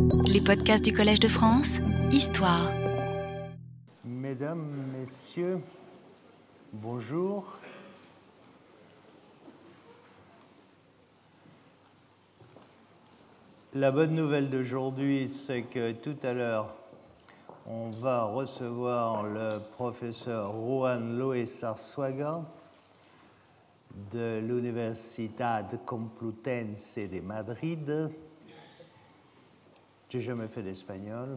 Les podcasts du Collège de France, Histoire. Mesdames, Messieurs, bonjour. La bonne nouvelle d'aujourd'hui, c'est que tout à l'heure, on va recevoir le professeur Juan Luis Arzuaga de l'Universidad Complutense de Madrid. J'ai jamais fait d'espagnol.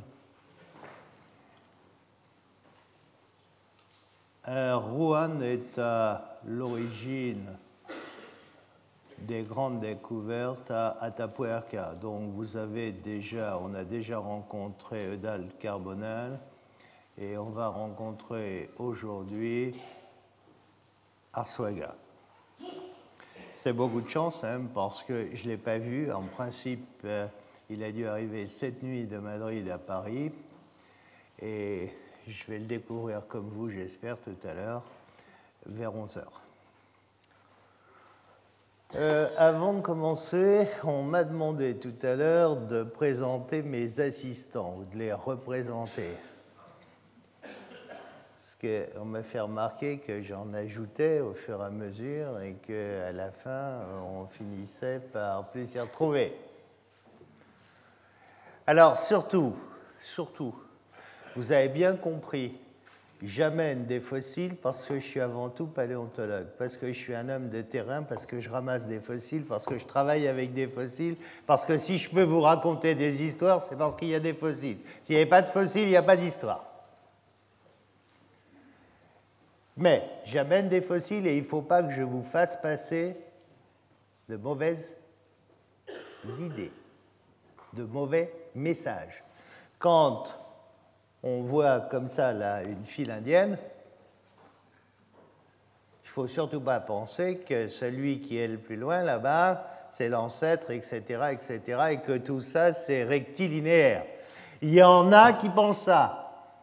Juan est à l'origine des grandes découvertes à Atapuerca. Donc on a déjà rencontré Eudald Carbonell et on va rencontrer aujourd'hui Arzuaga. C'est beaucoup de chance parce que je ne l'ai pas vu. En principe, il a dû arriver cette nuit de Madrid à Paris et je vais le découvrir comme vous, j'espère, tout à l'heure, vers 11h. Avant de commencer, on m'a demandé tout à l'heure de présenter mes assistants ou de les représenter. Parce qu'on m'a fait remarquer que j'en ajoutais au fur et à mesure et qu'à la fin, on finissait par plus s'y retrouver. Alors, surtout, vous avez bien compris, j'amène des fossiles parce que je suis avant tout paléontologue, parce que je suis un homme de terrain, parce que je ramasse des fossiles, parce que je travaille avec des fossiles, parce que si je peux vous raconter des histoires, c'est parce qu'il y a des fossiles. S'il n'y avait pas de fossiles, il n'y a pas d'histoire. Mais j'amène des fossiles et il ne faut pas que je vous fasse passer de mauvaises idées, de mauvais messages. Quand on voit comme ça là, une file indienne, il ne faut surtout pas penser que celui qui est le plus loin là-bas, c'est l'ancêtre, etc., et que tout ça, c'est rectilinéaire. Il y en a qui pensent ça.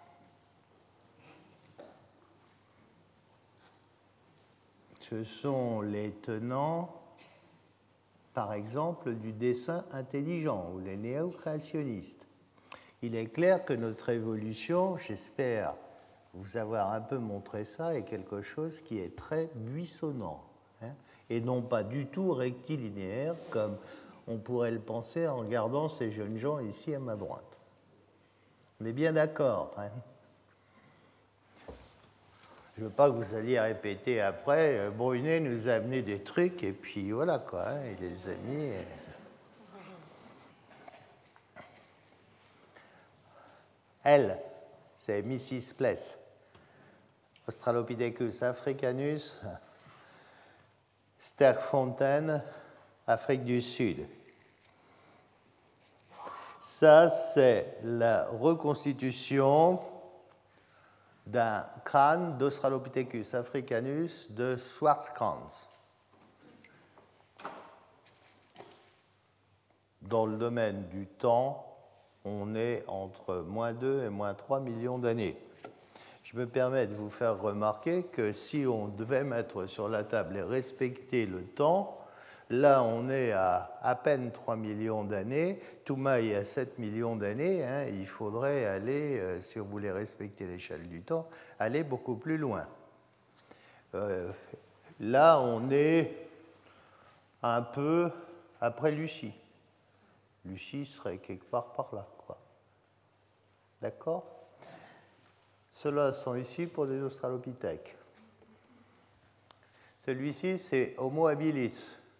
Ce sont les tenants, par exemple, du dessin intelligent ou les néo-créationnistes. Il est clair que notre évolution, j'espère vous avoir un peu montré ça, est quelque chose qui est très buissonnant, et non pas du tout rectilinéaire comme on pourrait le penser en regardant ces jeunes gens ici à ma droite. On est bien d'accord, Je ne veux pas que vous alliez répéter après, Brunet nous a amené des trucs, et puis voilà quoi, il les a mis. Elle, c'est Mrs. Pless, Australopithecus africanus, Sterkfontein, Afrique du Sud. Ça, c'est la reconstitution d'un crâne d'Australopithecus africanus de Schwarzkranz. Dans le domaine du temps, on est entre moins 2 et moins 3 millions d'années. Je me permets de vous faire remarquer que si on devait mettre sur la table et respecter le temps, là on est à peine 3 millions d'années, Toumaï à 7 millions d'années, il faudrait aller, si on voulait respecter l'échelle du temps, aller beaucoup plus loin. Là on est un peu après Lucie. Lucie serait quelque part par là, quoi. D'accord ? Ceux-là sont ici pour des australopithèques. Celui-ci, c'est Homo habilis.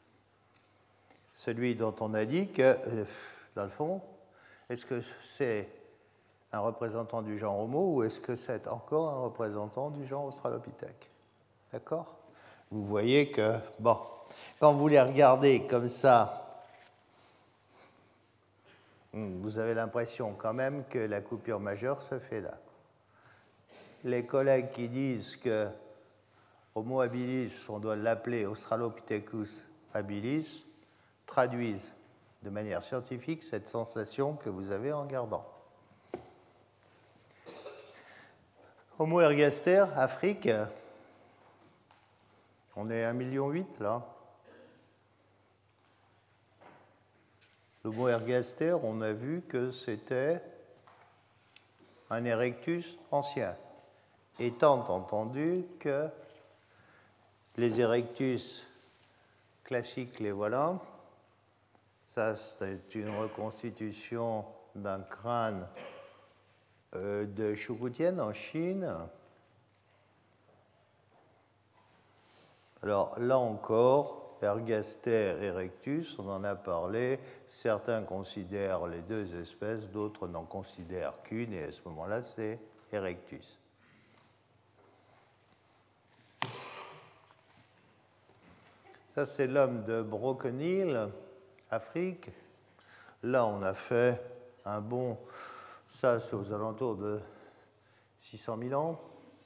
Celui dont on a dit que, dans le fond, est-ce que c'est un représentant du genre Homo ou est-ce que c'est encore un représentant du genre Australopithèque ? D'accord ? Vous voyez que, quand vous les regardez comme ça, vous avez l'impression quand même que la coupure majeure se fait là. Les collègues qui disent que Homo habilis, on doit l'appeler Australopithecus habilis, traduisent de manière scientifique cette sensation que vous avez en regardant. Homo ergaster, Afrique, on est 1,8 million là. L'Homo ergaster, on a vu que c'était un erectus ancien, étant entendu que les erectus classiques, les voilà. Ça, c'est une reconstitution d'un crâne de Choukoutian en Chine. Alors là encore, ergaster, erectus, on en a parlé. Certains considèrent les deux espèces, d'autres n'en considèrent qu'une, et à ce moment-là, c'est erectus. Ça, c'est l'homme de Broken Hill, Afrique. Là, on a fait un bond, ça, c'est aux alentours de 600 000 ans.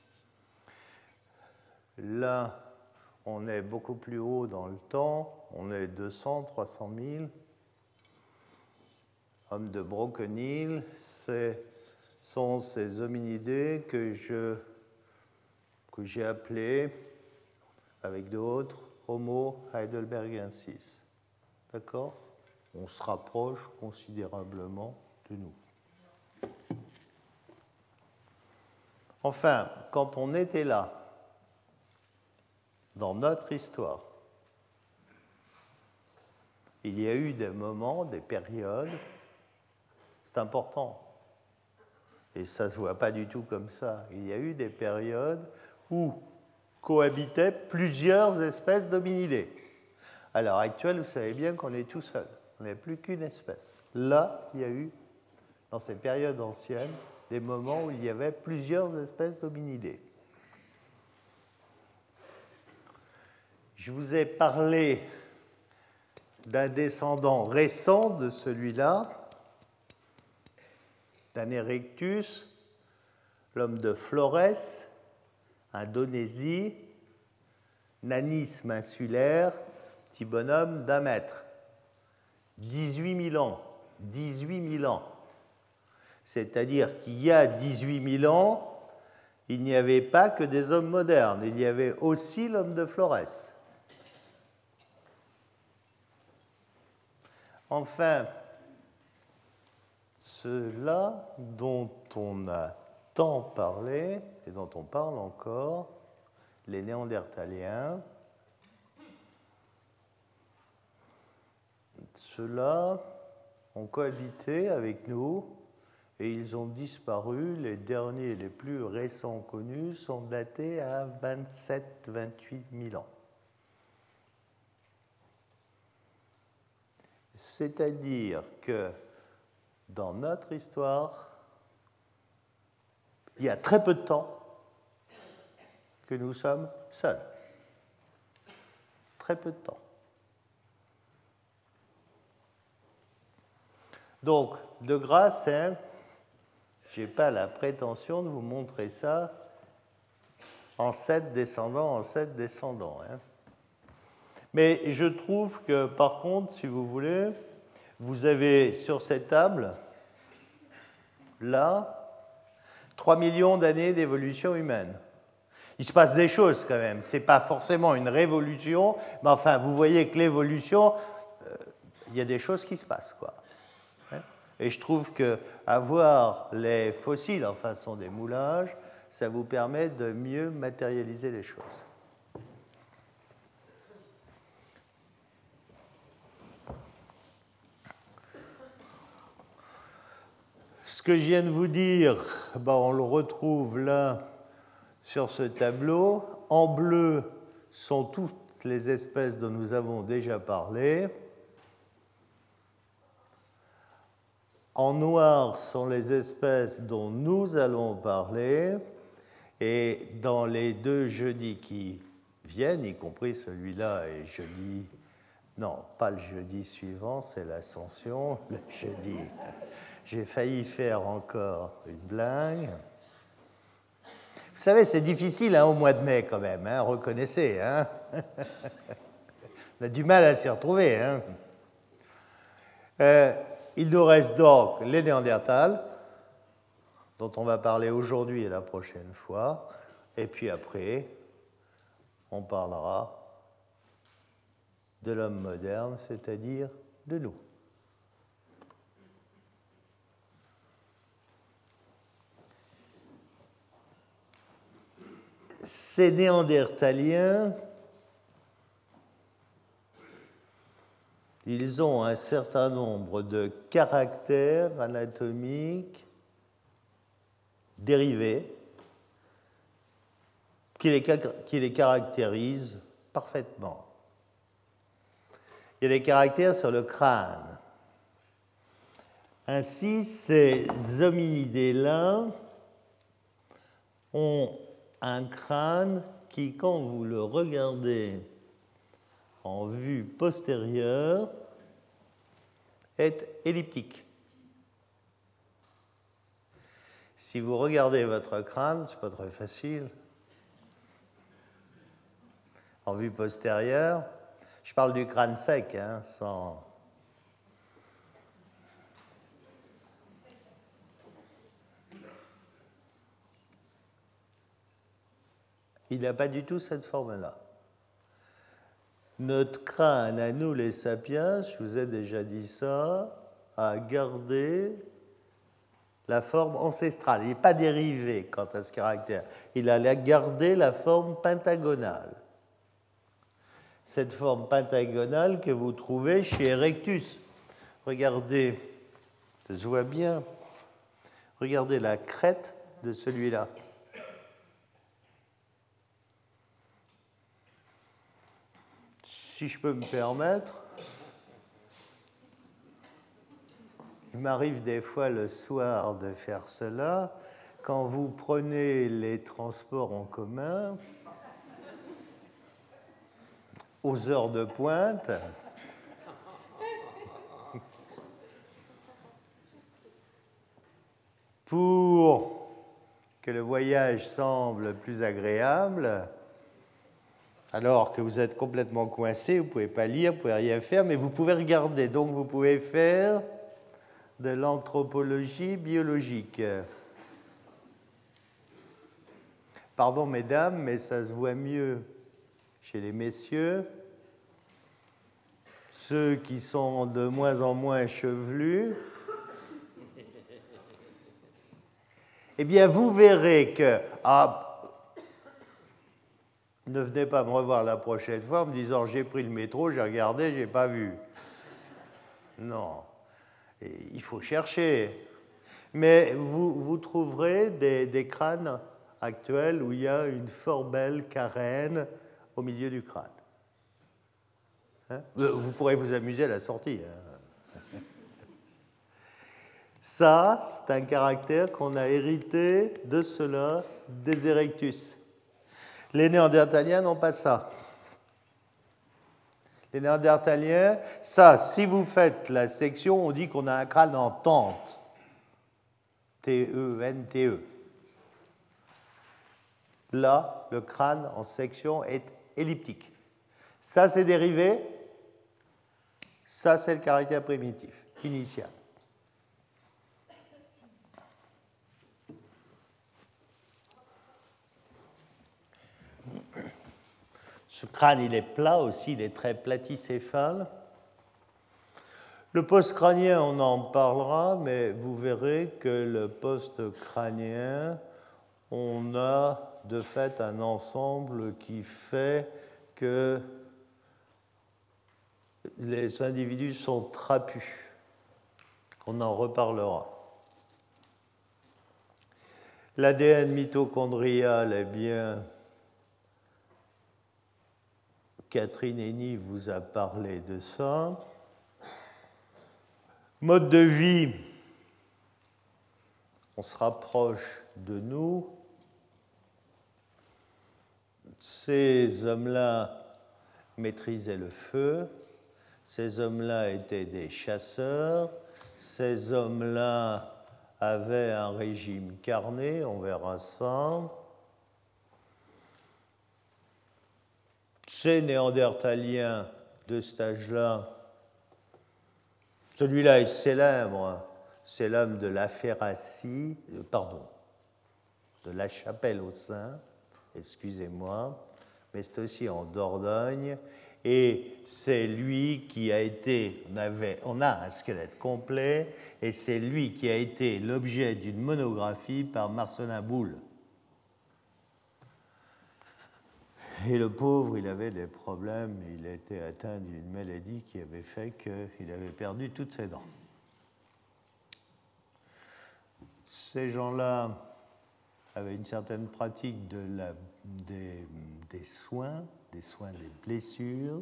Là, on est beaucoup plus haut dans le temps, on est 200, 300 000. Homme de Broken Hill, ce sont ces hominidés que j'ai appelés, avec d'autres, Homo heidelbergensis. D'accord? On se rapproche considérablement de nous. Enfin, quand on était là, dans notre histoire, il y a eu des moments, des périodes, c'est important, et ça ne se voit pas du tout comme ça, il y a eu des périodes où cohabitaient plusieurs espèces d'hominidés. À l'heure actuelle, vous savez bien qu'on est tout seul, on n'est plus qu'une espèce. Là, il y a eu, dans ces périodes anciennes, des moments où il y avait plusieurs espèces d'hominidés. Je vous ai parlé d'un descendant récent de celui-là, d'un erectus, l'homme de Flores, Indonésie, nanisme insulaire, petit bonhomme d'1 mètre. 18 000 ans. 18 000 ans. C'est-à-dire qu'il y a 18 000 ans, il n'y avait pas que des hommes modernes, il y avait aussi l'homme de Flores. Enfin, ceux-là dont on a tant parlé et dont on parle encore, les Néandertaliens, ceux-là ont cohabité avec nous et ils ont disparu. Les derniers, les plus récents connus, sont datés à 27-28 000 ans. C'est-à-dire que dans notre histoire, il y a très peu de temps que nous sommes seuls. Très peu de temps. Donc, de grâce, je n'ai pas la prétention de vous montrer ça en 7 descendants, Mais je trouve que, par contre, si vous voulez, vous avez sur cette table, là, 3 millions d'années d'évolution humaine. Il se passe des choses quand même. Ce n'est pas forcément une révolution, mais enfin, vous voyez que l'évolution, il y a des choses qui se passent, quoi. Et je trouve qu'avoir les fossiles en façon des moulages, ça vous permet de mieux matérialiser les choses. Ce que je viens de vous dire, on le retrouve là sur ce tableau. En bleu sont toutes les espèces dont nous avons déjà parlé. En noir sont les espèces dont nous allons parler. Et dans les 2 jeudis qui viennent, y compris celui-là et jeudi... Non, pas le jeudi suivant, c'est l'Ascension. Le jeudi... J'ai failli faire encore une blague. Vous savez, c'est difficile au mois de mai quand même, reconnaissez. On a du mal à s'y retrouver. Il nous reste donc les Néandertals, dont on va parler aujourd'hui et la prochaine fois. Et puis après, on parlera de l'homme moderne, c'est-à-dire de nous. ces Néandertaliens, ils ont un certain nombre de caractères anatomiques dérivés qui les caractérisent parfaitement. Il y a des caractères sur le crâne. Ainsi, ces hominidés-là ont un crâne qui, quand vous le regardez en vue postérieure, est elliptique. Si vous regardez votre crâne, ce n'est pas très facile, en vue postérieure, je parle du crâne sec, hein, sans... Il n'a pas du tout cette forme-là. Notre crâne, à nous les sapiens, je vous ai déjà dit ça, a gardé la forme ancestrale. Il n'est pas dérivé quant à ce caractère. Il a gardé la forme pentagonale. Cette forme pentagonale que vous trouvez chez Erectus. Regardez, ça se voit bien, regardez la crête de celui-là. Si je peux me permettre, il m'arrive des fois le soir de faire cela. Quand vous prenez les transports en commun, aux heures de pointe, pour que le voyage semble plus agréable, alors que vous êtes complètement coincé, vous ne pouvez pas lire, vous ne pouvez rien faire, mais vous pouvez regarder. Donc vous pouvez faire de l'anthropologie biologique. Pardon, mesdames, mais ça se voit mieux chez les messieurs. Ceux qui sont de moins en moins chevelus, eh bien, vous verrez que... ne venez pas me revoir la prochaine fois en me disant « j'ai pris le métro, j'ai regardé, je n'ai pas vu ». Non, et il faut chercher. Mais vous trouverez des crânes actuels où il y a une fort belle carène au milieu du crâne. Hein? Vous pourrez vous amuser à la sortie. Hein? Ça, c'est un caractère qu'on a hérité de cela des Erectus. Les Néandertaliens n'ont pas ça. Les Néandertaliens, ça, si vous faites la section, on dit qu'on a un crâne en tente. T-E-N-T-E. Là, le crâne en section est elliptique. Ça, c'est dérivé. Ça, c'est le caractère primitif, initial. Ce crâne, il est plat aussi, il est très platycéphale. Le poste crânien, on en parlera, mais vous verrez que le poste crânien, on a de fait un ensemble qui fait que les individus sont trapus. On en reparlera. L'ADN mitochondrial, eh bien, Catherine Henny vous a parlé de ça. Mode de vie, on se rapproche de nous. Ces hommes-là maîtrisaient le feu. Ces hommes-là étaient des chasseurs. Ces hommes-là avaient un régime carné, on verra ça. Ces Néandertaliens de cet âge-là, celui-là est célèbre, c'est l'homme de la Ferracie, de la Chapelle aux Saints, excusez-moi, mais c'est aussi en Dordogne, et c'est lui qui a été, on a un squelette complet, et c'est lui qui a été l'objet d'une monographie par Marcelin Boule. Et le pauvre, il avait des problèmes, il était atteint d'une maladie qui avait fait qu'il avait perdu toutes ses dents. Ces gens-là avaient une certaine pratique des soins des blessures.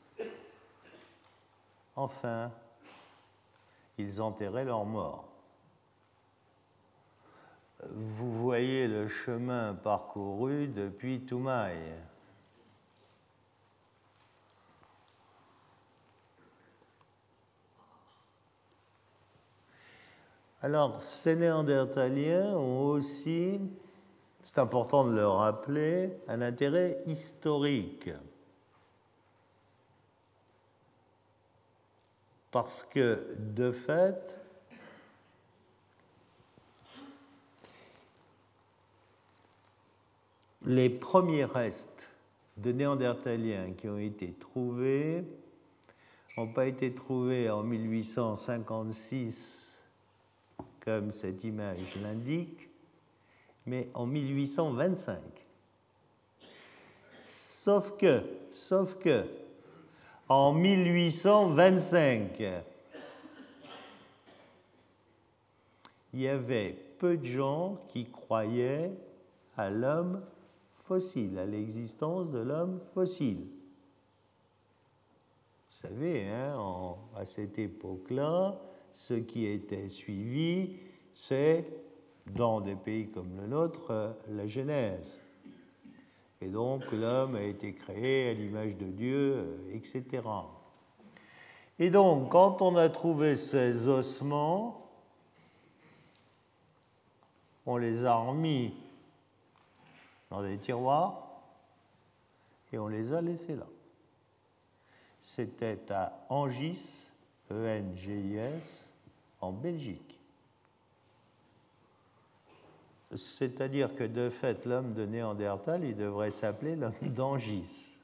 Enfin, ils enterraient leurs morts. Vous voyez le chemin parcouru depuis Toumaï. Alors, ces Néandertaliens ont aussi, c'est important de le rappeler, un intérêt historique. Parce que, de fait, les premiers restes de Néandertaliens qui ont été trouvés n'ont pas été trouvés en 1856, comme cette image l'indique, mais en 1825. Sauf que, en 1825, il y avait peu de gens qui croyaient à l'homme fossile, à l'existence de l'homme fossile. Vous savez, à cette époque-là, ce qui était suivi, c'est, dans des pays comme le nôtre, la Genèse. Et donc, l'homme a été créé à l'image de Dieu, etc. Et donc, quand on a trouvé ces ossements, on les a remis dans des tiroirs et on les a laissés là. C'était à Hengis, E-N-G-I-S, en Belgique. C'est-à-dire que, de fait, l'homme de Néandertal, il devrait s'appeler l'homme d'Hengis.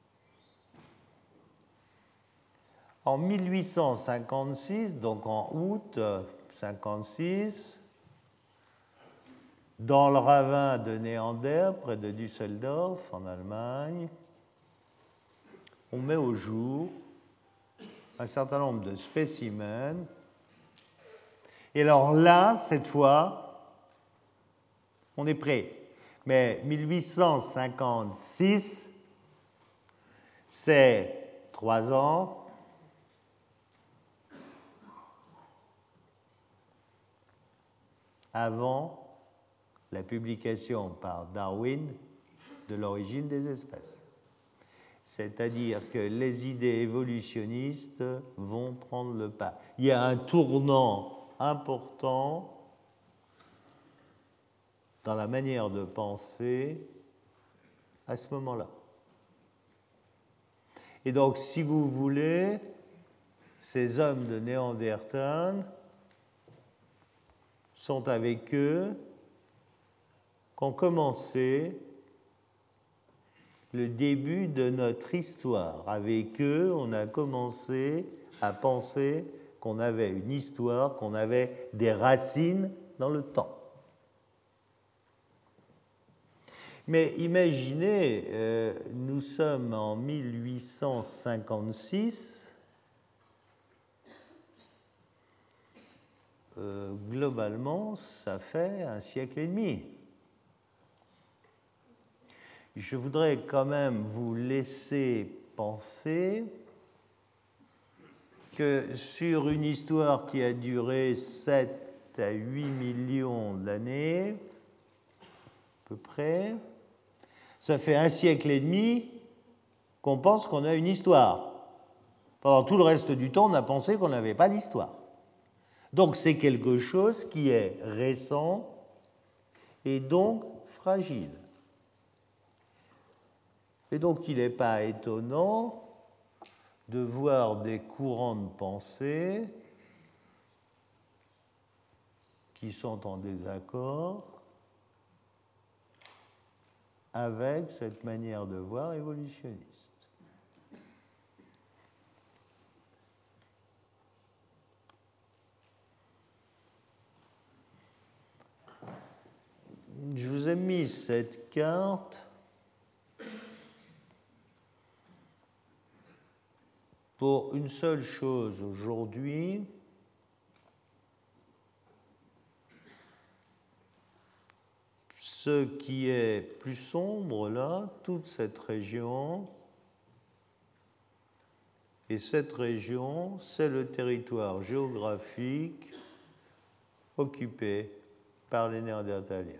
En 1856, donc en août 1956, dans le ravin de Néander, près de Düsseldorf, en Allemagne, on met au jour un certain nombre de spécimens. Et alors là, cette fois, on est prêt. Mais 1856, c'est 3 ans avant la publication par Darwin de l'origine des espèces. C'est-à-dire que les idées évolutionnistes vont prendre le pas. Il y a un tournant important dans la manière de penser à ce moment-là. Et donc, si vous voulez, ces hommes de Néandertal sont avec eux qu'ont commencé le début de notre histoire. Avec eux, on a commencé à penser qu'on avait une histoire, qu'on avait des racines dans le temps. Mais imaginez, nous sommes en 1856, globalement, ça fait un siècle et demi. Je voudrais quand même vous laisser penser que sur une histoire qui a duré 7 à 8 millions d'années, à peu près, ça fait un siècle et demi qu'on pense qu'on a une histoire. Pendant tout le reste du temps, on a pensé qu'on n'avait pas d'histoire. Donc c'est quelque chose qui est récent et donc fragile. Et donc il n'est pas étonnant de voir des courants de pensée qui sont en désaccord avec cette manière de voir évolutionniste. Je vous ai mis cette carte pour une seule chose aujourd'hui, ce qui est plus sombre là, toute cette région, et cette région, c'est le territoire géographique occupé par les Néandertaliens.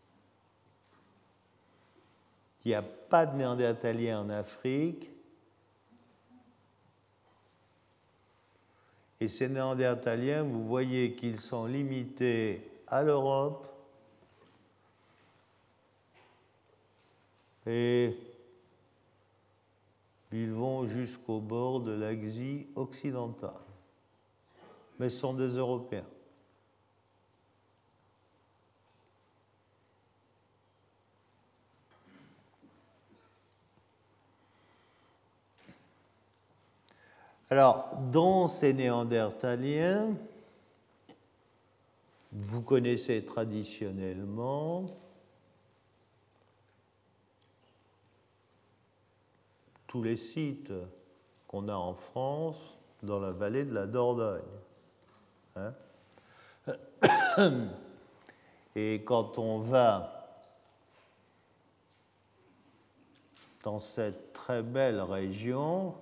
Il n'y a pas de Néandertaliens en Afrique, et ces Néandertaliens, vous voyez qu'ils sont limités à l'Europe et ils vont jusqu'au bord de l'Asie occidentale. Mais ce sont des Européens. Alors, dans ces Néandertaliens, vous connaissez traditionnellement tous les sites qu'on a en France dans la vallée de la Dordogne. Hein? Et quand on va dans cette très belle région,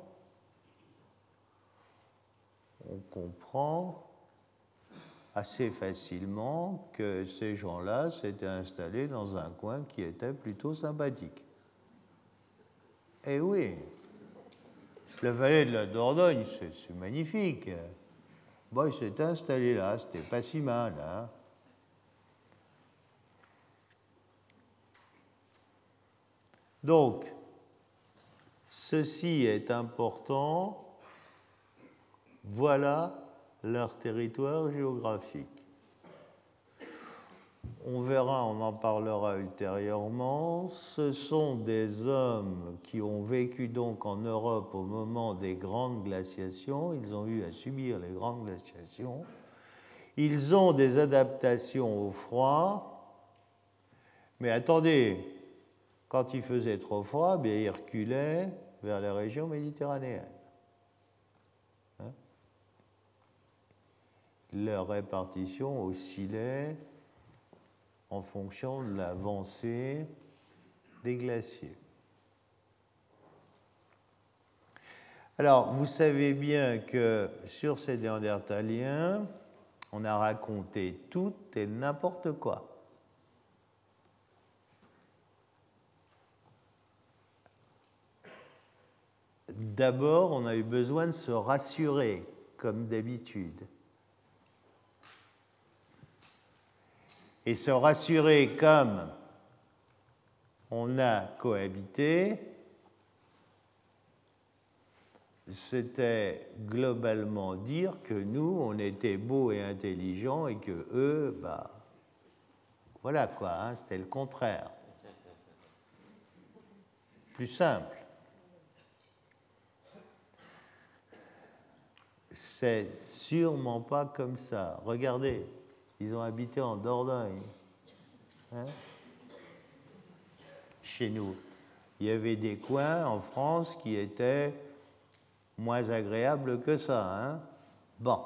on comprend assez facilement que ces gens-là s'étaient installés dans un coin qui était plutôt sympathique. Eh oui, la vallée de la Dordogne, c'est magnifique. Bon, ils s'étaient installés là, c'était pas si mal. Hein? Donc, ceci est important. Voilà leur territoire géographique. On verra, on en parlera ultérieurement. Ce sont des hommes qui ont vécu donc en Europe au moment des grandes glaciations. Ils ont eu à subir les grandes glaciations. Ils ont des adaptations au froid. Mais attendez, quand il faisait trop froid, bien, ils reculaient vers les régions méditerranéennes. Hein? Leur répartition oscillait en fonction de l'avancée des glaciers. Alors, vous savez bien que sur ces Néandertaliens, on a raconté tout et n'importe quoi. D'abord, on a eu besoin de se rassurer, comme d'habitude. Et se rassurer comme on a cohabité, c'était globalement dire que nous, on était beaux et intelligents et que eux, bah, voilà quoi, hein, c'était le contraire. Plus simple. C'est sûrement pas comme ça. Regardez. Ils ont habité en Dordogne. Hein? Chez nous. Il y avait des coins en France qui étaient moins agréables que ça. Hein? Bon,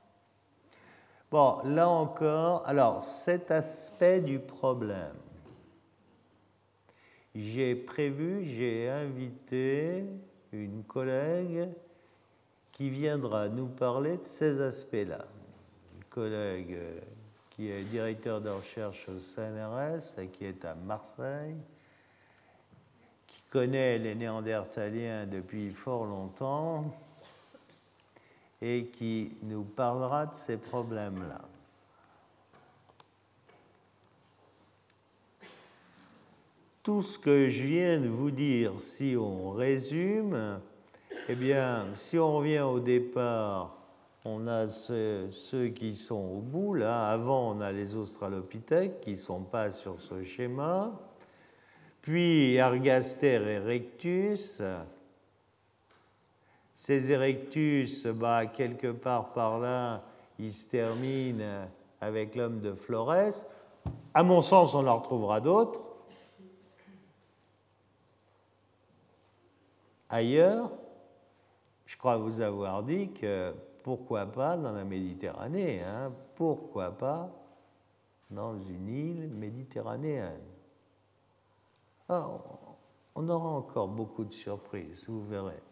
là encore, alors, cet aspect du problème. J'ai invité une collègue qui viendra nous parler de ces aspects-là. Une collègue qui est directeur de recherche au CNRS et qui est à Marseille, qui connaît les Néandertaliens depuis fort longtemps et qui nous parlera de ces problèmes-là. Tout ce que je viens de vous dire, si on résume, eh bien, si on revient au départ, on a ceux qui sont au bout, là. Avant, on a les australopithèques qui ne sont pas sur ce schéma. Puis, Ergaster erectus. Ces erectus, quelque part par là, ils se terminent avec l'homme de Flores. À mon sens, on en retrouvera d'autres. Ailleurs, je crois vous avoir dit que pourquoi pas dans la Méditerranée, hein, pourquoi pas dans une île méditerranéenne. Alors, on aura encore beaucoup de surprises, vous verrez.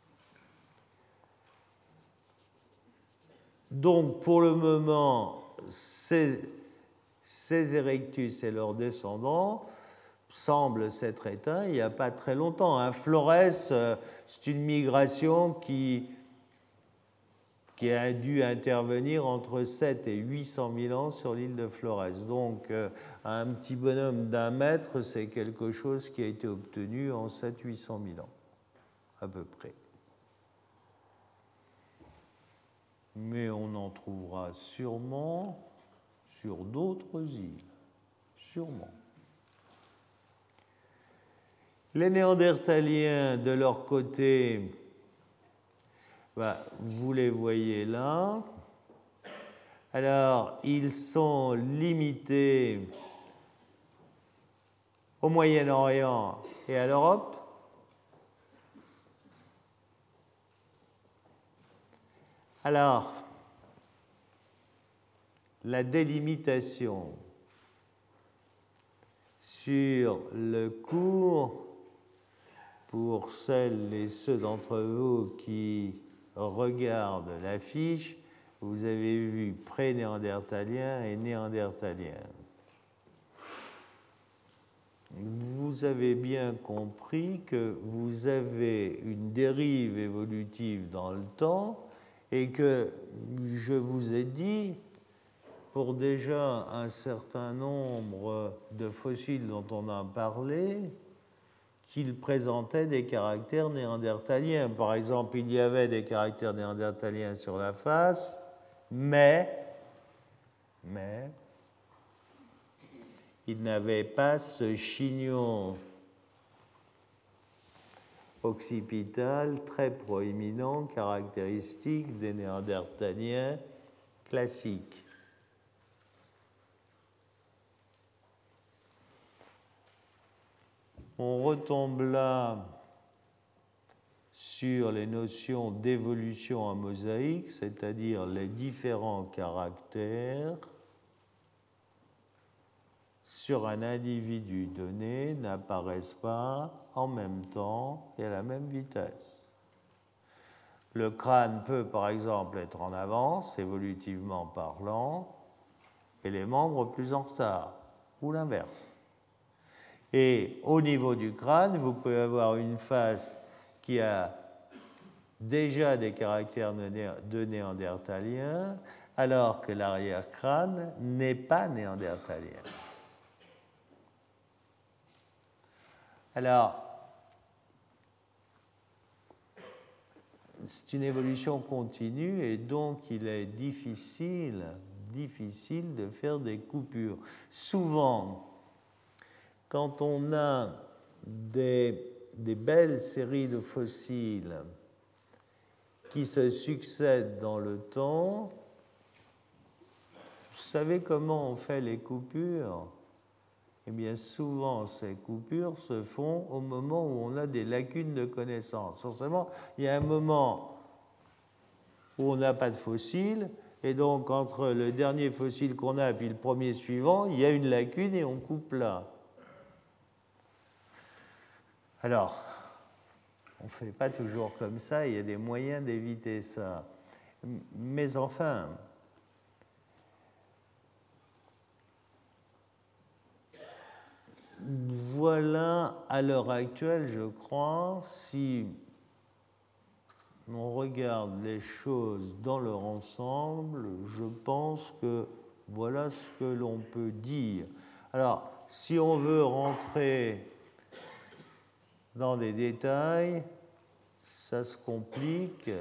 Donc, pour le moment, ces Erectus et leurs descendants semblent s'être éteints il n'y a pas très longtemps. Hein. Flores, c'est une migration qui a dû intervenir entre 7 et 800 000 ans sur l'île de Flores. Donc, un petit bonhomme d'1 mètre, c'est quelque chose qui a été obtenu en 700-800 000 ans, à peu près. Mais on en trouvera sûrement sur d'autres îles. Sûrement. Les Néandertaliens, de leur côté, vous les voyez là. Alors, ils sont limités au Moyen-Orient et à l'Europe. Alors, la délimitation sur le cours, pour celles et ceux d'entre vous qui regardent l'affiche, vous avez vu pré-néandertalien et néandertalien. Vous avez bien compris que vous avez une dérive évolutive dans le temps et que je vous ai dit, pour déjà un certain nombre de fossiles dont on a parlé, qu'ils présentaient des caractères néandertaliens. Par exemple, il y avait des caractères néandertaliens sur la face, mais il n'avait pas ce chignon occipital très proéminent, caractéristique des néandertaliens classiques. On retombe là sur les notions d'évolution en mosaïque, c'est-à-dire les différents caractères sur un individu donné n'apparaissent pas en même temps et à la même vitesse. Le crâne peut par exemple être en avance, évolutivement parlant, et les membres plus en retard, ou l'inverse. Et au niveau du crâne, vous pouvez avoir une face qui a déjà des caractères de néandertalien, alors que l'arrière-crâne n'est pas néandertalien. Alors, c'est une évolution continue et donc il est difficile de faire des coupures. Souvent, quand on a des belles séries de fossiles qui se succèdent dans le temps, vous savez comment on fait les coupures? Eh bien, souvent, ces coupures se font au moment où on a des lacunes de connaissances. Forcément, il y a un moment où on n'a pas de fossiles, et donc entre le dernier fossile qu'on a et puis le premier suivant, il y a une lacune et on coupe là. Alors, on ne fait pas toujours comme ça, il y a des moyens d'éviter ça. Mais enfin, voilà à l'heure actuelle, je crois, si on regarde les choses dans leur ensemble, je pense que voilà ce que l'on peut dire. Alors, si on veut rentrer dans des détails, ça se complique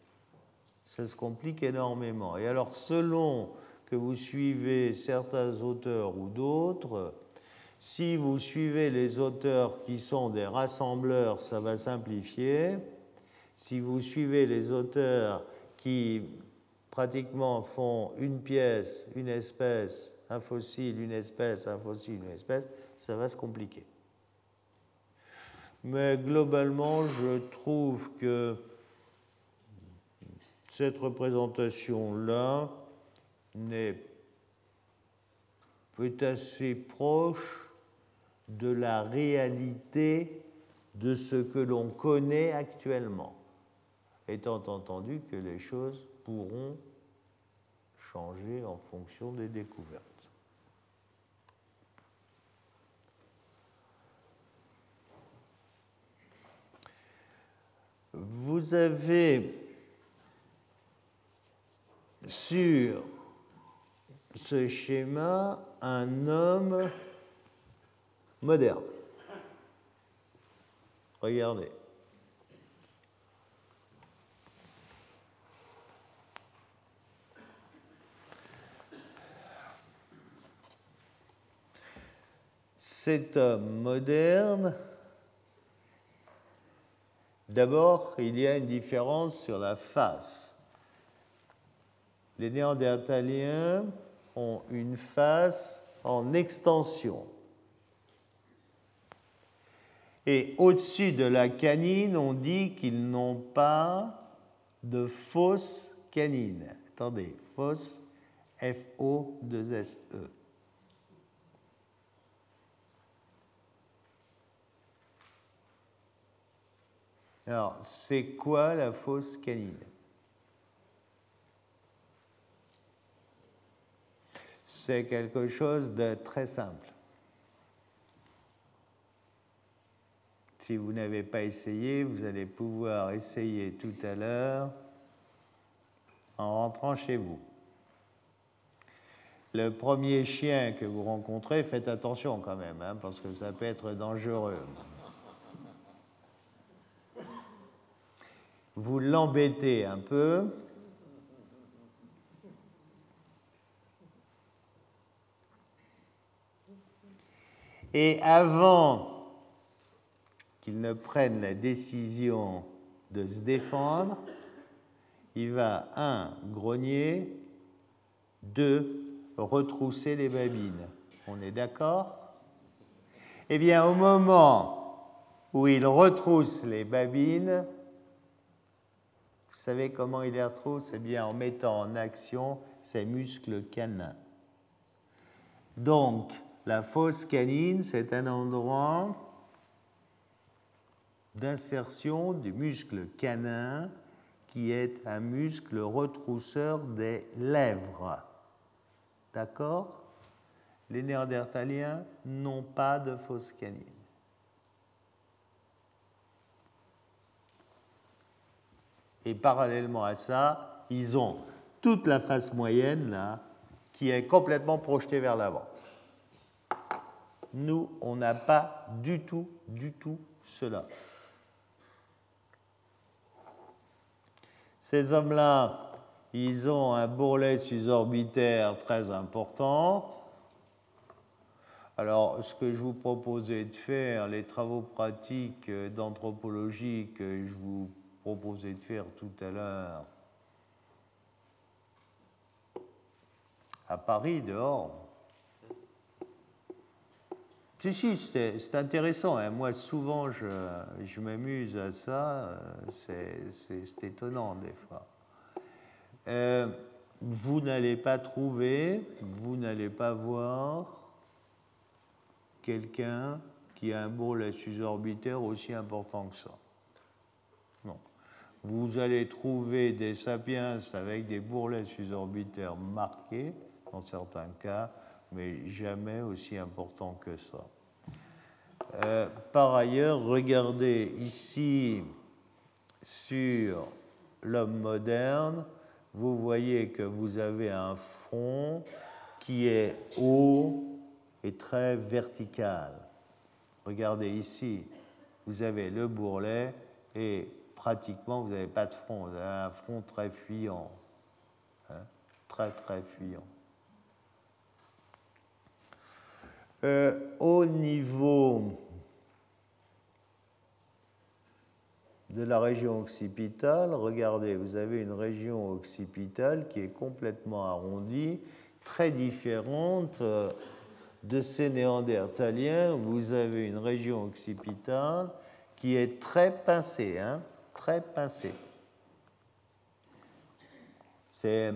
énormément. Et alors, selon que vous suivez certains auteurs ou d'autres, si vous suivez les auteurs qui sont des rassembleurs, ça va simplifier. Si vous suivez les auteurs qui pratiquement font une pièce, une espèce, un fossile, une espèce, un fossile, une espèce, ça va se compliquer. Mais globalement, je trouve que cette représentation-là est assez proche de la réalité de ce que l'on connaît actuellement, étant entendu que les choses pourront changer en fonction des découvertes. Vous avez sur ce schéma un homme moderne. Regardez. Cet homme moderne, d'abord, il y a une différence sur la face. Les Néandertaliens ont une face en extension. Et au-dessus de la canine, on dit qu'ils n'ont pas de fosse canine. Attendez, fosse, F-O-2-S-E. Alors, c'est quoi la fosse canine? C'est quelque chose de très simple. Si vous n'avez pas essayé, vous allez pouvoir essayer tout à l'heure en rentrant chez vous. Le premier chien que vous rencontrez, faites attention quand même, hein, parce que ça peut être dangereux. Vous l'embêtez un peu. Et avant qu'il ne prenne la décision de se défendre, il va, 1, grogner, 2, retrousser les babines. On est d'accord? Eh bien, au moment où il retrousse les babines, vous savez comment il les retrousse? Eh bien, en mettant en action ses muscles canins. Donc, la fosse canine, c'est un endroit d'insertion du muscle canin qui est un muscle retrousseur des lèvres. D'accord? Les Néandertaliens n'ont pas de fosse canine. Et parallèlement à ça, ils ont toute la face moyenne là, qui est complètement projetée vers l'avant. Nous, on n'a pas du tout cela. Ces hommes-là, ils ont un bourrelet susorbitaire très important. Alors, ce que je vous proposais de faire, les travaux pratiques d'anthropologie que je vous proposais de faire tout à l'heure à Paris, dehors. Si, c'est intéressant. Hein. Moi, souvent, je m'amuse à ça. C'est étonnant, des fois. Vous n'allez pas trouver, vous n'allez pas voir quelqu'un qui a un bourrelet susorbitaire aussi important que ça. Non. Vous allez trouver des sapiens avec des bourrelets susorbitaires marqués, dans certains cas, mais jamais aussi important que ça. Par ailleurs, regardez ici sur l'homme moderne, vous voyez que vous avez un front qui est haut et très vertical. Regardez ici, vous avez le bourrelet et pratiquement vous n'avez pas de front, vous avez un front très fuyant, hein, très fuyant. Au niveau de la région occipitale, regardez, vous avez une région occipitale qui est complètement arrondie, très différente de ces Néandertaliens. Vous avez une région occipitale qui est très pincée, hein, très pincée. C'est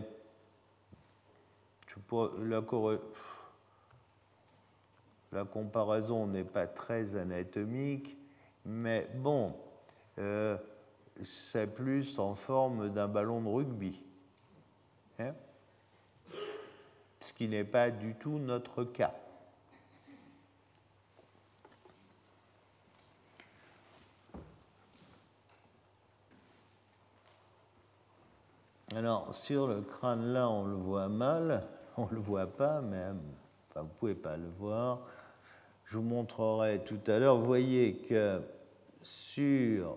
la comparaison n'est pas très anatomique, mais bon, c'est plus en forme d'un ballon de rugby, hein? Ce qui n'est pas du tout notre cas. Alors, sur le crâne là, on le voit mal, on ne le voit pas, mais enfin, vous ne pouvez pas le voir. Je vous montrerai tout à l'heure. Vous voyez que sur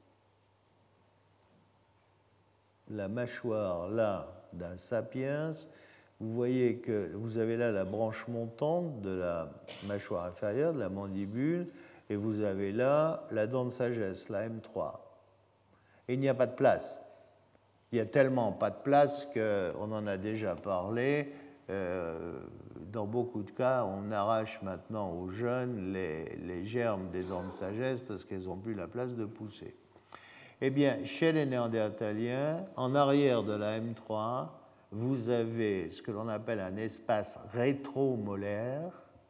la mâchoire là d'un sapiens, vous voyez que vous avez là la branche montante de la mâchoire inférieure, de la mandibule, et vous avez là la dent de sagesse, la M3. Et il n'y a pas de place. Il n'y a tellement pas de place qu'on en a déjà parlé. Dans beaucoup de cas, on arrache maintenant aux jeunes les germes des dents de sagesse parce qu'elles n'ont plus la place de pousser. Eh bien, chez les Néandertaliens, en arrière de la M3, vous avez ce que l'on appelle un espace rétromolaire,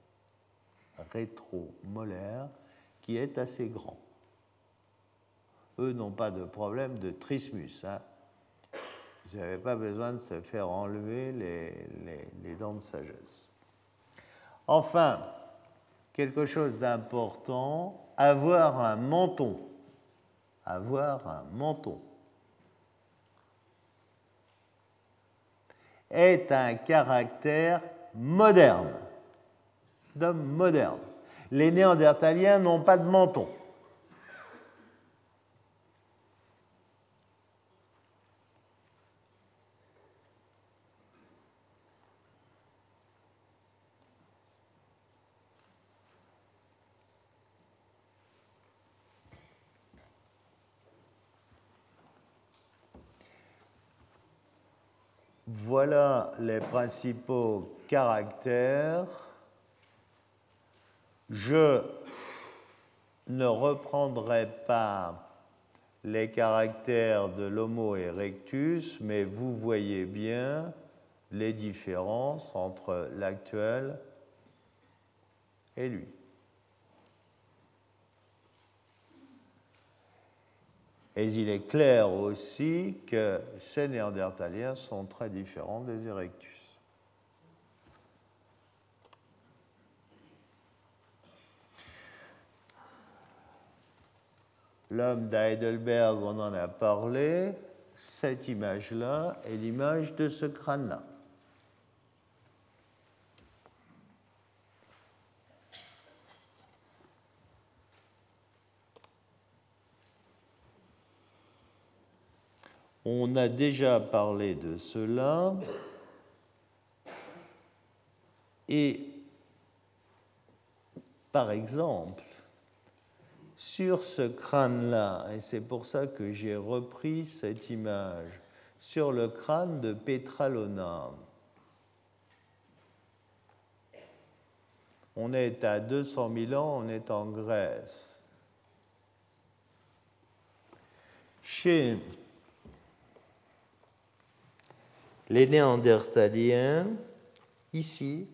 qui est assez grand. Eux n'ont pas de problème de trismus, hein. Vous n'avez pas besoin de se faire enlever les dents de sagesse. Enfin, quelque chose d'important, avoir un menton. Avoir un menton est un caractère moderne, d'homme moderne. Les Néandertaliens n'ont pas de menton. Voilà les principaux caractères. Je ne reprendrai pas les caractères de l'Homo erectus, mais vous voyez bien les différences entre l'actuel et lui. Et il est clair aussi que ces Néandertaliens sont très différents des Erectus. L'homme d'Heidelberg, on en a parlé. Cette image-là est l'image de ce crâne-là. On a déjà parlé de cela. Et, par exemple, sur ce crâne-là, et c'est pour ça que j'ai repris cette image, sur le crâne de Petralona, on est à 200 000 ans, on est en Grèce. Chez les Néandertaliens, ici,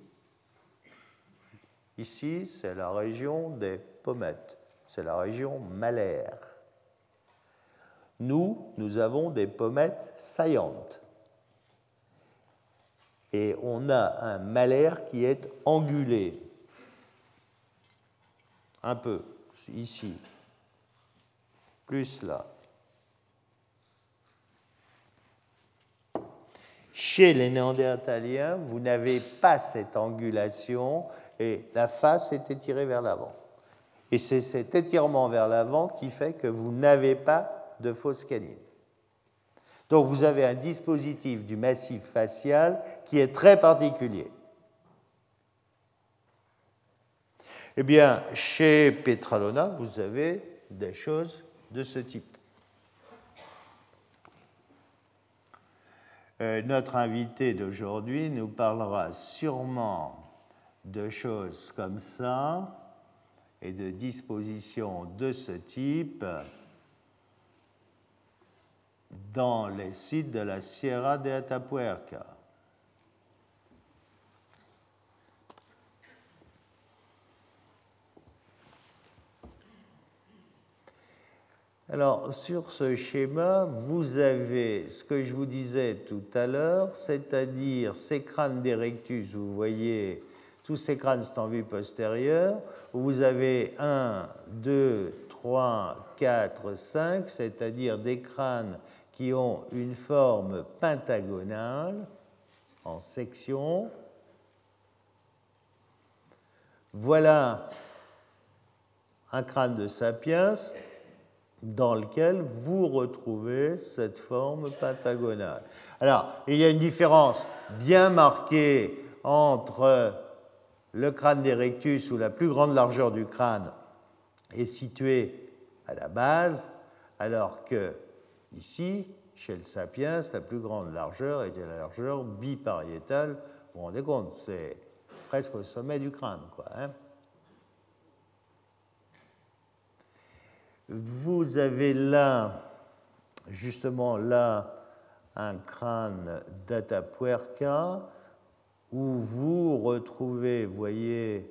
c'est la région des pommettes, c'est la région malaire. Nous avons des pommettes saillantes. Et on a un malaire qui est angulé. Un peu, ici. Plus là. Chez les Néandertaliens, vous n'avez pas cette angulation et la face est étirée vers l'avant. Et c'est cet étirement vers l'avant qui fait que vous n'avez pas de fosse canine. Donc vous avez un dispositif du massif facial qui est très particulier. Eh bien, chez Petralona, vous avez des choses de ce type. Notre invité d'aujourd'hui nous parlera sûrement de choses comme ça et de dispositions de ce type. dans les sites de la Sierra de Atapuerca. Alors, sur ce schéma, vous avez ce que je vous disais tout à l'heure, c'est-à-dire ces crânes d'Erectus, vous voyez, tous ces crânes sont en vue postérieure, où vous avez 1, 2, 3, 4, 5, c'est-à-dire des crânes qui ont une forme pentagonale en section. Voilà un crâne de Sapiens dans lequel vous retrouvez cette forme pentagonale. Alors, il y a une différence bien marquée entre le crâne d'Erectus, où la plus grande largeur du crâne est située à la base, alors que ici, chez le Sapiens, la plus grande largeur était la largeur bipariétale. Vous vous rendez compte, c'est presque au sommet du crâne, quoi, hein. Vous avez là, justement là, un crâne d'Atapuerca où vous retrouvez, vous voyez,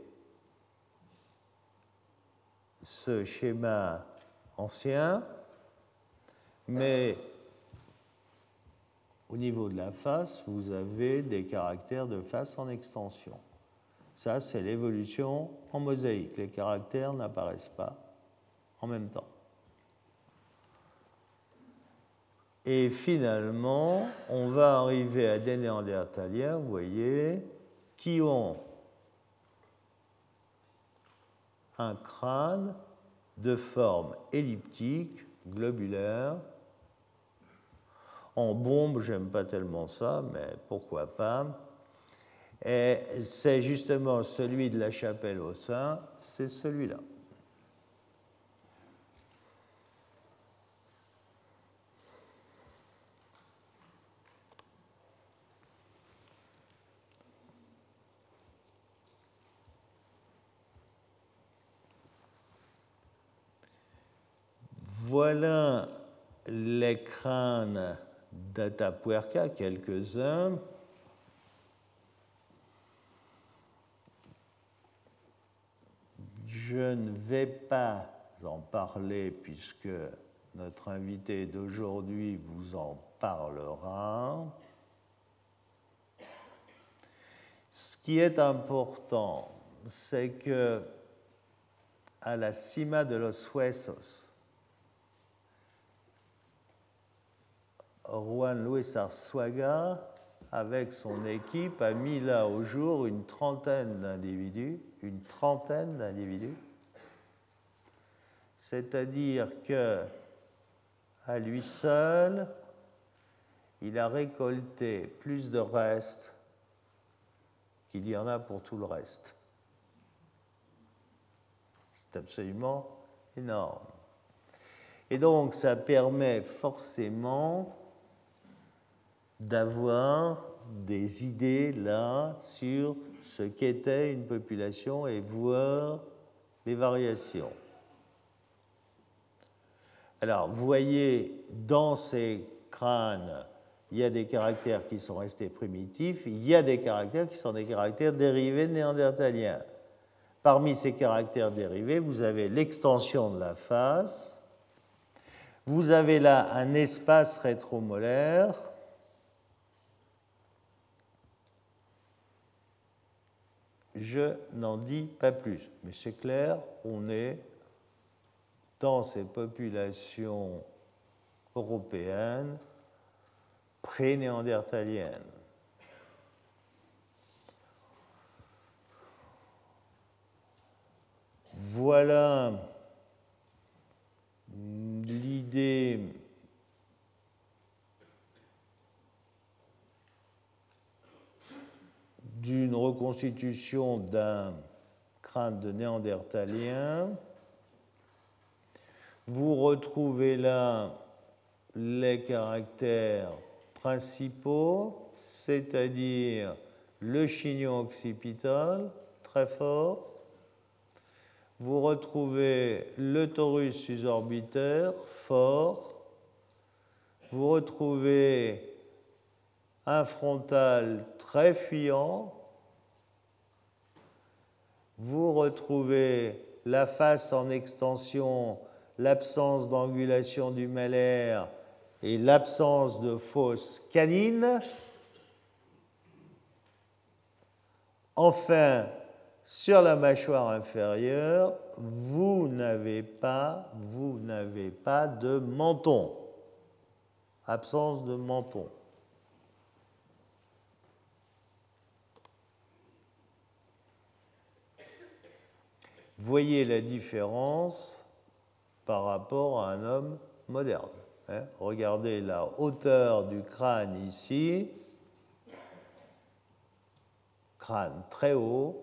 ce schéma ancien, mais au niveau de la face, vous avez des caractères de face en extension. Ça, c'est l'évolution en mosaïque. Les caractères n'apparaissent pas en même temps. Et finalement, on va arriver à des néandertaliens, vous voyez, qui ont un crâne de forme elliptique, globulaire. En bombe, j'aime pas tellement ça, mais pourquoi pas. Et c'est justement celui de la chapelle aux saints, c'est celui-là. Voilà les crânes d'Atapuerca, quelques-uns. Je ne vais pas en parler puisque notre invité d'aujourd'hui vous en parlera. Ce qui est important, c'est que à la Cima de los Huesos, Juan Luis Arzuaga, avec son équipe, a mis là au jour une trentaine d'individus, c'est-à-dire que à lui seul, il a récolté plus de restes qu'il y en a pour tout le reste. C'est absolument énorme. Et donc, ça permet forcément d'avoir des idées là sur ce qu'était une population et voir les variations. Alors, vous voyez, dans ces crânes, il y a des caractères qui sont restés primitifs, il y a des caractères qui sont des caractères dérivés néandertaliens. Parmi ces caractères dérivés, vous avez l'extension de la face, vous avez là un espace rétromolaire, je n'en dis pas plus, mais c'est clair, on est dans ces populations européennes pré-néandertaliennes. Voilà l'idée d'une reconstitution d'un crâne de néandertalien. Vous retrouvez là les caractères principaux, c'est-à-dire le chignon occipital, très fort. Vous retrouvez le torus susorbitaire, fort. vous retrouvez un frontal très fuyant, vous retrouvez la face en extension, l'absence d'angulation du malaire et l'absence de fosse canine. Enfin, sur la mâchoire inférieure, vous n'avez pas de menton. Absence de menton. Voyez la différence par rapport à un homme moderne. Regardez la hauteur du crâne ici. Crâne très haut.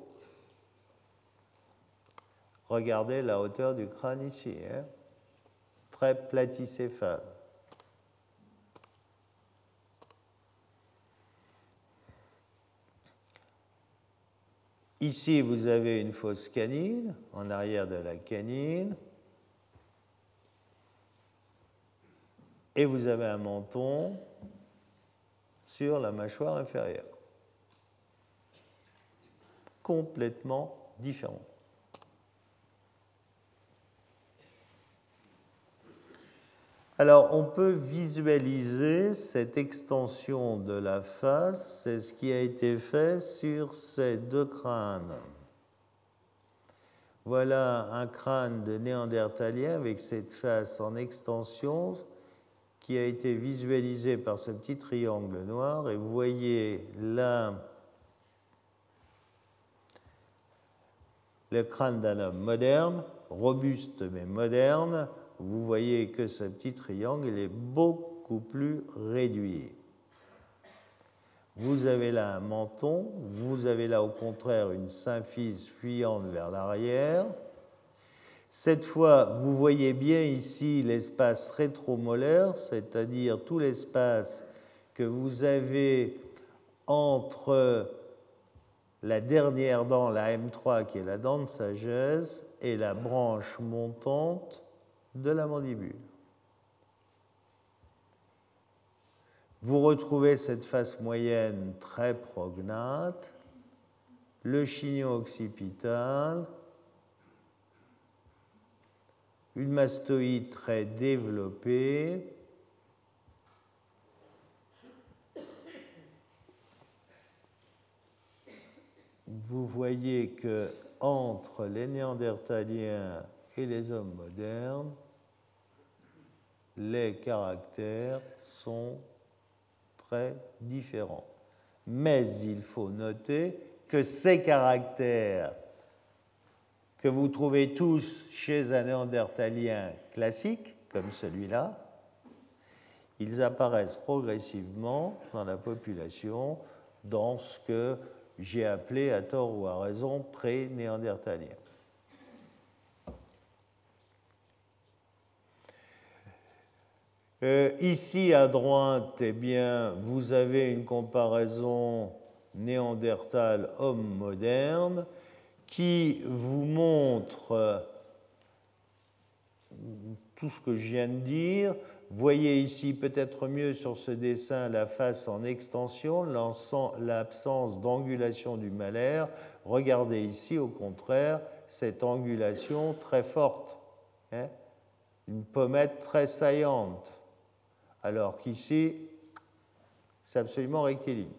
Regardez la hauteur du crâne ici. Très platycéphale. Ici, vous avez une fosse canine, en arrière de la canine. Et vous avez un menton sur la mâchoire inférieure. Complètement différent. Alors, on peut visualiser cette extension de la face, c'est ce qui a été fait sur ces deux crânes. Voilà un crâne de néandertalien avec cette face en extension qui a été visualisé par ce petit triangle noir. Et vous voyez là le crâne d'un homme moderne, robuste mais moderne. Vous voyez que ce petit triangle il est beaucoup plus réduit. Vous avez là un menton, vous avez là au contraire une symphyse fuyante vers l'arrière. Cette fois, vous voyez bien ici l'espace rétromolaire, c'est-à-dire tout l'espace que vous avez entre la dernière dent, la M3, qui est la dent de sagesse, et la branche montante de la mandibule. Vous retrouvez cette face moyenne très prognate, le chignon occipital, une mastoïde très développée, vous voyez que entre les néandertaliens et les hommes modernes, les caractères sont très différents. Mais il faut noter que ces caractères que vous trouvez tous chez un néandertalien classique, comme celui-là, ils apparaissent progressivement dans la population dans ce que j'ai appelé, à tort ou à raison, pré-néandertalien. Ici, à droite, eh bien, vous avez une comparaison néandertal-homme moderne qui vous montre tout ce que je viens de dire. Vous voyez ici peut-être mieux sur ce dessin la face en extension, l'absence d'angulation du malaire. Regardez ici, au contraire, cette angulation très forte, une pommette très saillante, alors qu'ici, c'est absolument rectiligne.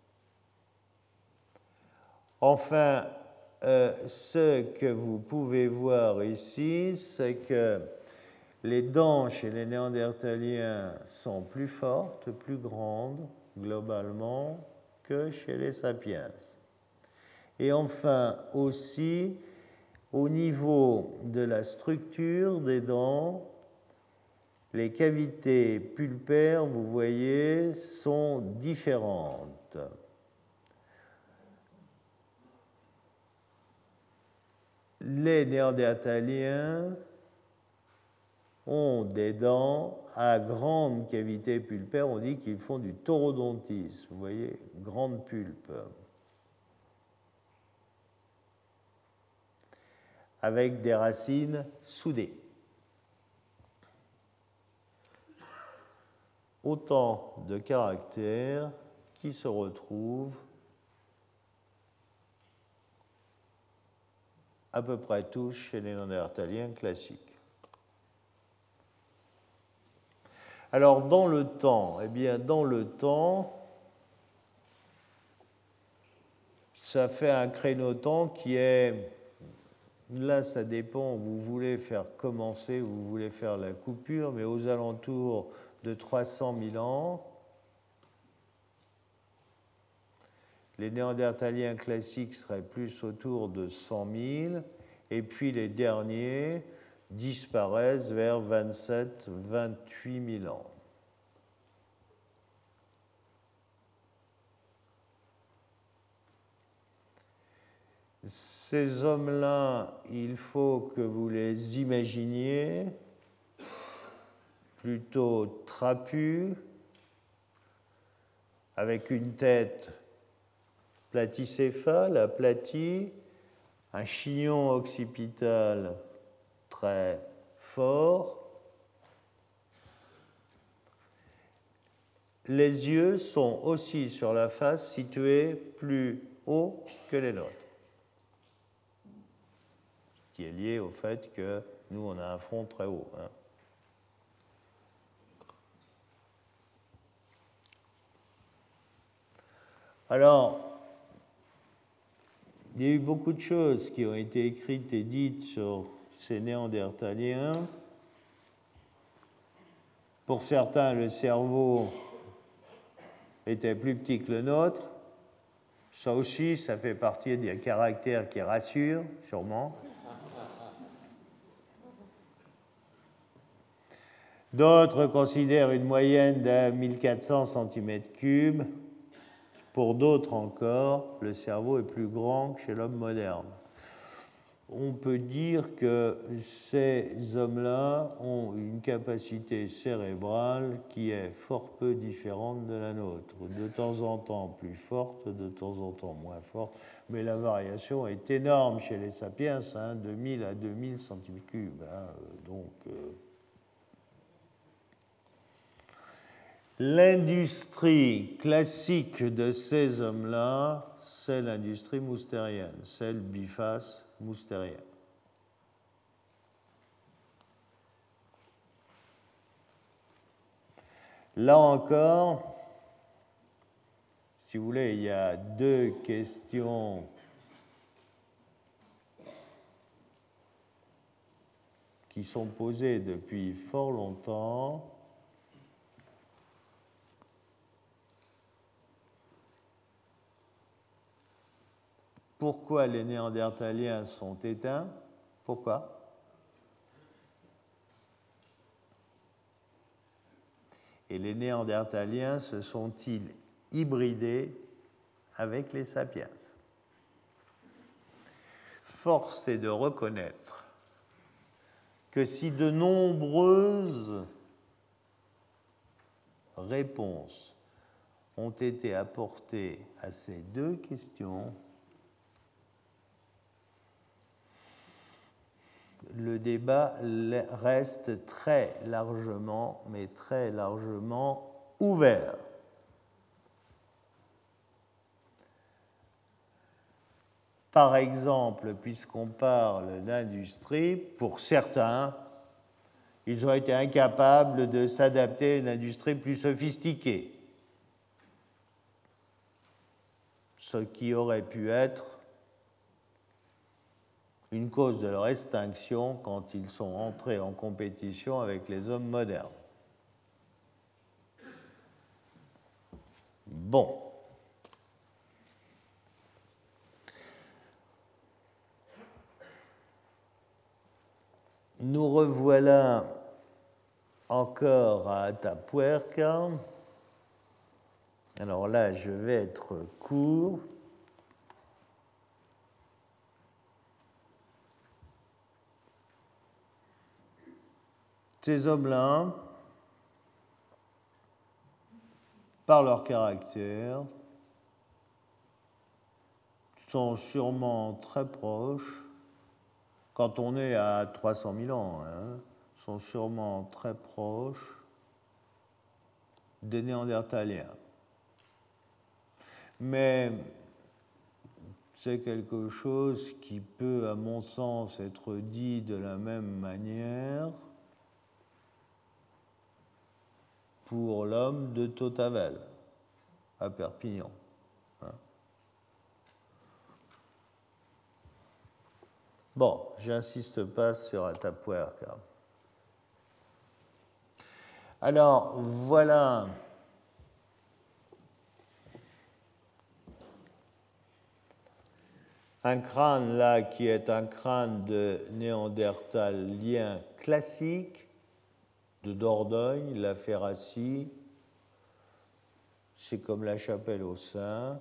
Enfin, ce que vous pouvez voir ici, c'est que les dents chez les néandertaliens sont plus fortes, plus grandes, globalement, que chez les sapiens. Et enfin, aussi, au niveau de la structure des dents, les cavités pulpaires, vous voyez, sont différentes. Les néandertaliens ont des dents à grande cavité pulpaire. On dit qu'ils font du taurodontisme. Vous voyez, grande pulpe. Avec des racines soudées. autant de caractères qui se retrouvent à peu près tous chez les néandertaliens classiques. Alors, dans le temps, eh bien, dans le temps, ça fait un créneau-temps qui est, là, ça dépend, vous voulez faire commencer, vous voulez faire la coupure, mais aux alentours de 300 000 ans. Les néandertaliens classiques seraient plus autour de 100 000, et puis les derniers disparaissent vers 27-28 000 ans. Ces hommes-là, il faut que vous les imaginiez plutôt trapus, avec une tête platicéphale, aplatie, un chignon occipital très fort. Les yeux sont aussi sur la face situés plus haut que les nôtres, ce qui est lié au fait que nous, on a un front très haut. Alors, il y a eu beaucoup de choses qui ont été écrites et dites sur ces néandertaliens. Pour certains, le cerveau était plus petit que le nôtre. Ça aussi, ça fait partie des caractères qui rassurent, sûrement. D'autres considèrent une moyenne de 1400 cm3. Pour d'autres encore, le cerveau est plus grand que chez l'homme moderne. On peut dire que ces hommes-là ont une capacité cérébrale qui est fort peu différente de la nôtre. De temps en temps plus forte, de temps en temps moins forte, mais la variation est énorme chez les sapiens, 2000 à 2000 cm3. L'industrie classique de ces hommes-là, c'est l'industrie moustérienne, c'est le biface moustérien. Là encore, si vous voulez, il y a deux questions qui sont posées depuis fort longtemps. Pourquoi les néandertaliens sont éteints? Pourquoi? Et les néandertaliens se sont-ils hybridés avec les sapiens? Force est de reconnaître que si de nombreuses réponses ont été apportées à ces deux questions, le débat reste très largement, mais très largement ouvert. Par exemple, puisqu'on parle d'industrie, pour certains, ils ont été incapables de s'adapter à une industrie plus sophistiquée, ce qui aurait pu être une cause de leur extinction quand ils sont entrés en compétition avec les hommes modernes. Bon. Nous revoilà encore à Atapuerca. Alors là, je vais être court. Ces hommes-là, par leur caractère, sont sûrement très proches, quand on est à 300 000 ans, sont sûrement très proches des Néandertaliens. Mais c'est quelque chose qui peut, à mon sens, être dit de la même manière pour l'homme de Tautavel, à Perpignan. Bon, j'insiste pas sur Atapuerca. Alors, voilà un crâne là qui est un crâne de néandertalien classique de Dordogne, la Ferracie. C'est comme la chapelle aux Saints.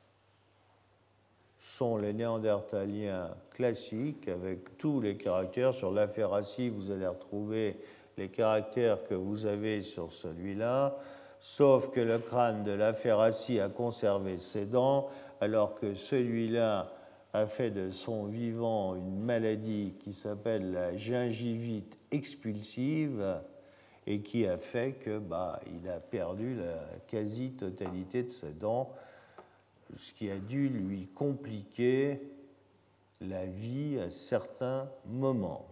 Sont les néandertaliens classiques avec tous les caractères. Sur la Ferracie, vous allez retrouver les caractères que vous avez sur celui-là, sauf que le crâne de la Ferracie a conservé ses dents, alors que celui-là a fait de son vivant une maladie qui s'appelle la gingivite expulsive et qui a fait que il a perdu la quasi-totalité de ses dents, ce qui a dû lui compliquer la vie à certains moments.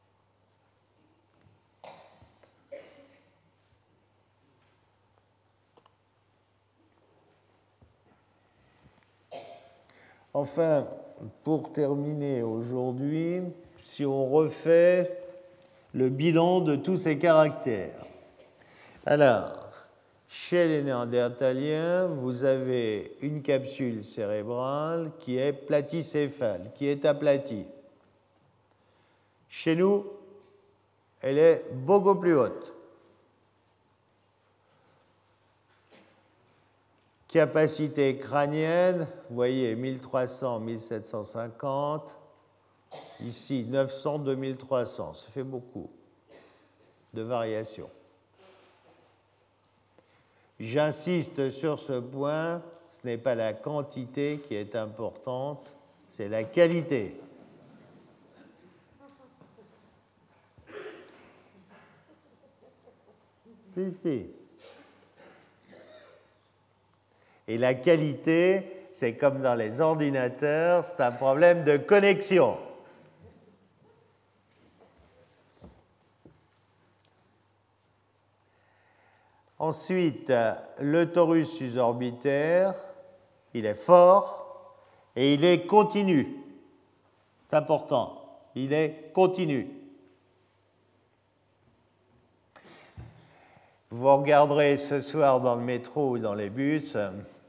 Enfin, pour terminer aujourd'hui, si on refait le bilan de tous ces caractères. Alors, chez les Néandertaliens, vous avez une capsule cérébrale qui est platycéphale, qui est aplatie. Chez nous, elle est beaucoup plus haute. Capacité crânienne, vous voyez 1300, 1750, ici 900, 2300, ça fait beaucoup de variations. J'insiste sur ce point, ce n'est pas la quantité qui est importante, c'est la qualité. Ici. Et la qualité, c'est comme dans les ordinateurs, c'est un problème de connexion. Ensuite, le torus susorbitaire, il est fort et il est continu. C'est important, il est continu. Vous regarderez ce soir dans le métro ou dans les bus,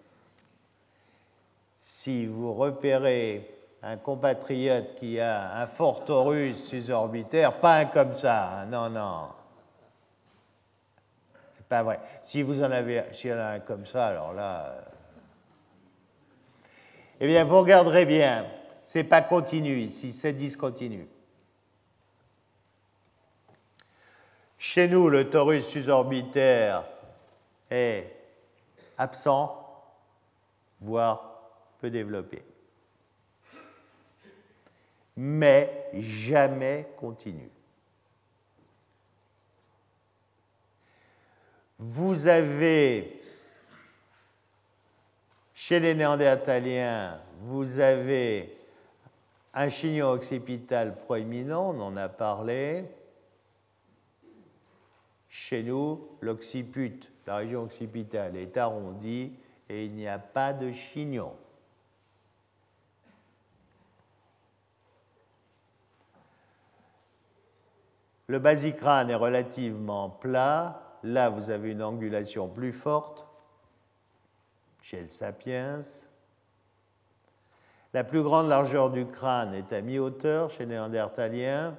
si vous repérez un compatriote qui a un fort torus susorbitaire, pas un comme ça, non, non. C'est pas vrai. Si vous en avez, s'il y en a un comme ça, alors là... Eh bien, vous regarderez bien, c'est pas continu ici, c'est discontinu. Chez nous, le torus susorbitaire est absent, voire peu développé, mais jamais continu. Vous avez, chez les Néandertaliens, vous avez un chignon occipital proéminent, on en a parlé. Chez nous, l'occiput, la région occipitale, est arrondie et il n'y a pas de chignon. Le basicrâne est relativement plat. Là, vous avez une angulation plus forte chez le sapiens. La plus grande largeur du crâne est à mi-hauteur chez les Néandertaliens.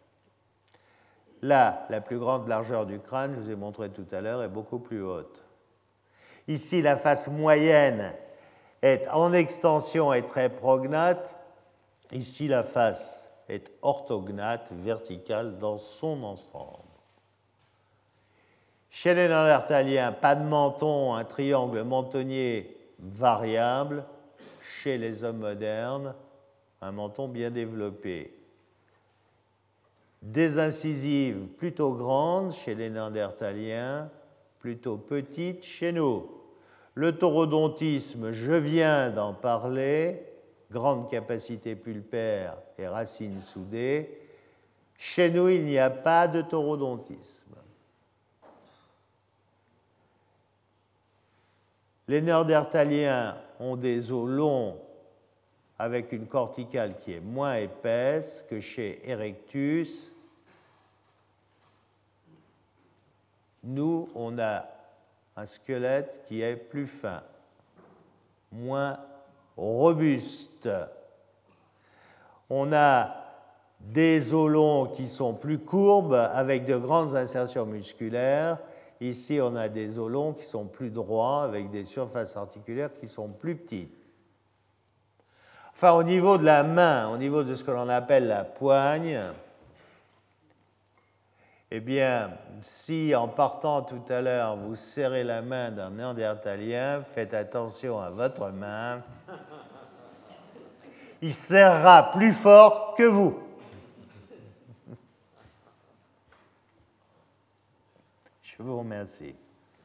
Là, la plus grande largeur du crâne, je vous ai montré tout à l'heure, est beaucoup plus haute. Ici, la face moyenne est en extension et très prognate. Ici, la face est orthognate, verticale dans son ensemble. Chez les Néandertaliens, pas de menton, un triangle mentonnier variable. Chez les hommes modernes, un menton bien développé. Des incisives plutôt grandes chez les Néandertaliens, plutôt petites chez nous. Le taurodontisme, je viens d'en parler, grande capacité pulpaire et racines soudées. Chez nous, il n'y a pas de taurodontisme. Les Néandertaliens ont des os longs avec une corticale qui est moins épaisse que chez Erectus. Nous, on a un squelette qui est plus fin, moins robuste. On a des os longs qui sont plus courbes avec de grandes insertions musculaires. Ici, on a des os longs qui sont plus droits avec des surfaces articulaires qui sont plus petites. Enfin, au niveau de la main, au niveau de ce que l'on appelle la poigne, eh bien, si en partant tout à l'heure, vous serrez la main d'un néandertalien, faites attention à votre main. Il serrera plus fort que vous. Je vous remercie.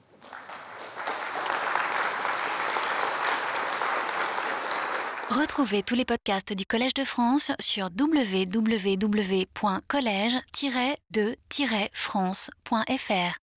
Retrouvez tous les podcasts du Collège de France sur www.collège-de-france.fr.